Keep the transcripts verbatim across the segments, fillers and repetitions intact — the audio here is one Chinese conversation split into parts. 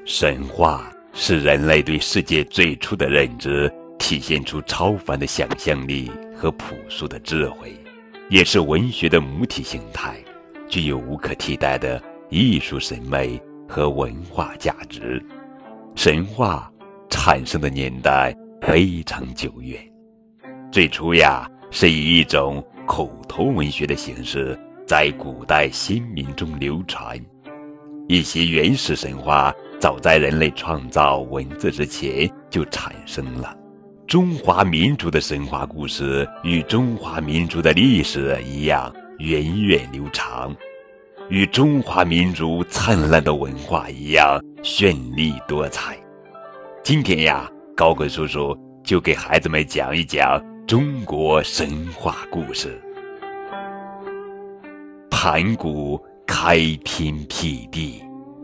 神话是人类对世界最初的认知，体现出超凡的想象力和朴素的智慧，也是文学的母体形态，具有无可替代的艺术审美和文化价值。神话产生的年代非常久远，最初呀是以一种口头文学的形式在古代先民中流传。一些原始神话早在人类创造文字之前就产生了。中华民族的神话故事与中华民族的历史一样源远流长，与中华民族灿烂的文化一样绚丽多彩。今天呀，高贵叔叔就给孩子们讲一讲中国神话故事。盘古开天辟地。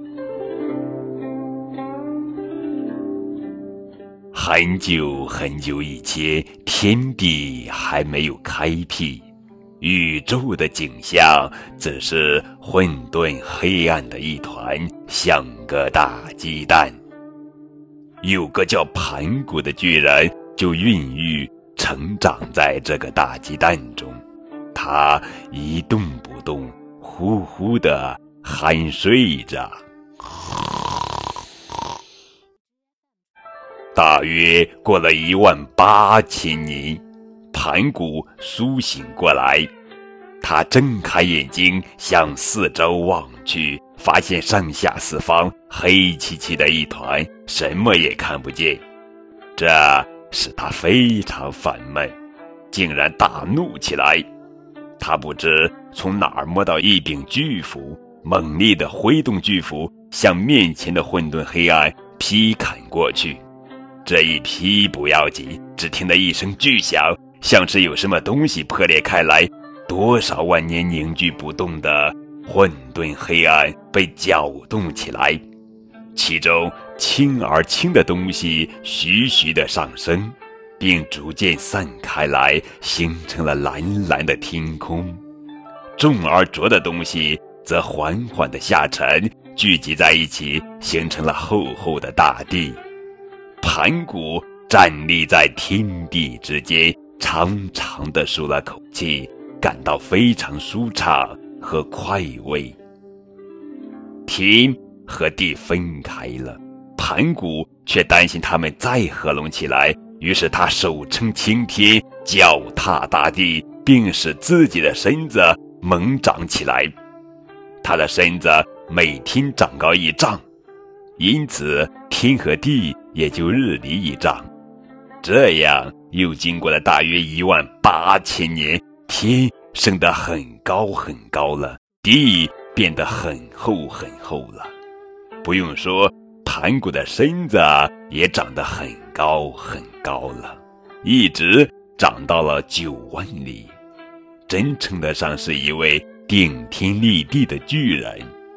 很久很久以前，天地还没有开辟，宇宙的景象只是混沌黑暗的一团，像个大鸡蛋。有个叫盘古的巨人就孕育成长在这个大鸡蛋中，他一动不动，呼呼地酣睡着。大约过了一万八千年，盘古苏醒过来，他睁开眼睛向四周望去，发现上下四方黑漆漆的一团，什么也看不见。这使他非常烦闷，竟然大怒起来。他不知从哪儿摸到一柄巨斧，猛烈地挥动巨斧，向面前的混沌黑暗劈砍过去。这一劈不要紧，只听得一声巨响，像是有什么东西破裂开来，多少万年凝聚不动的混沌黑暗被搅动起来，其中轻而轻的东西徐徐地上升，并逐渐散开来，形成了蓝蓝的天空。重而浊的东西则缓缓地下沉，聚集在一起，形成了厚厚的大地。盘古站立在天地之间，长长地舒了口气，感到非常舒畅和快慰。天和地分开了，盘古却担心他们再合拢起来，于是他手撑青天，脚踏大地，并使自己的身子猛长起来。他的身子每天长高一丈，因此天和地也就日离一丈。这样又经过了大约一万八千年，天升得很高很高了，地变得很厚很厚了。不用说，盘古的身子也长得很高很高了，一直长到了九万里，真称得上是一位顶天立地的巨人。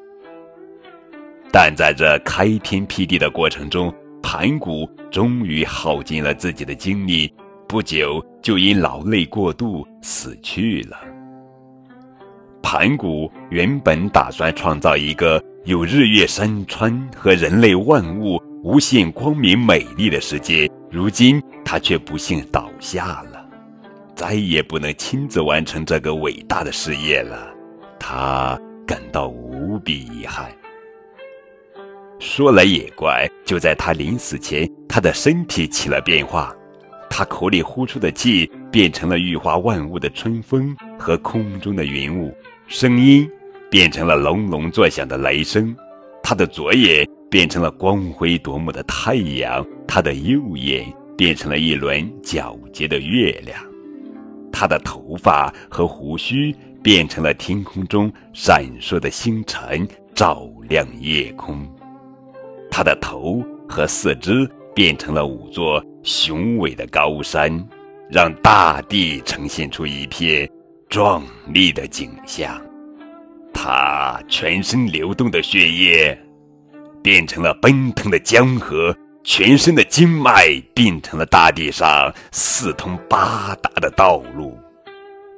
但在这开天辟地的过程中，盘古终于耗尽了自己的精力，不久就因劳累过度死去了。盘古原本打算创造一个有日月山川和人类万物无限光明美丽的世界，如今他却不幸倒下了，再也不能亲自完成这个伟大的事业了，他感到无比遗憾。说来也怪，就在他临死前，他的身体起了变化，他口里呼出的气变成了育化万物的春风和空中的云雾，声音变成了隆隆作响的雷声，他的左眼变成了光辉夺目的太阳，他的右眼变成了一轮皎洁的月亮，他的头发和胡须变成了天空中闪烁的星辰，照亮夜空。他的头和四肢变成了五座雄伟的高山，让大地呈现出一片壮丽的景象。他全身流动的血液变成了奔腾的江河，全身的经脉变成了大地上四通八达的道路。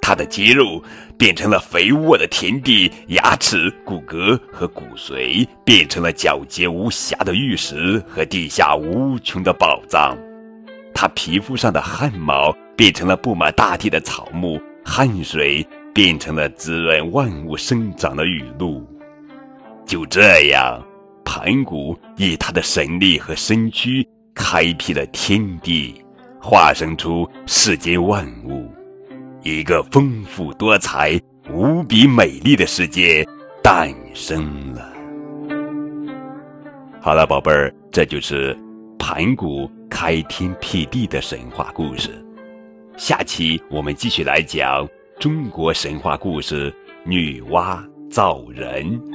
他的肌肉变成了肥沃的田地，牙齿、骨骼和骨髓变成了皎洁无瑕的玉石和地下无穷的宝藏。他皮肤上的汗毛变成了布满大地的草木，汗水变成了滋润万物生长的雨露。就这样，盘古以他的神力和身躯开辟了天地，化生出世间万物，一个丰富多彩、无比美丽的世界诞生了。好了，宝贝儿，这就是盘古开天辟地的神话故事。下期我们继续来讲中国神话故事《女娲造人》。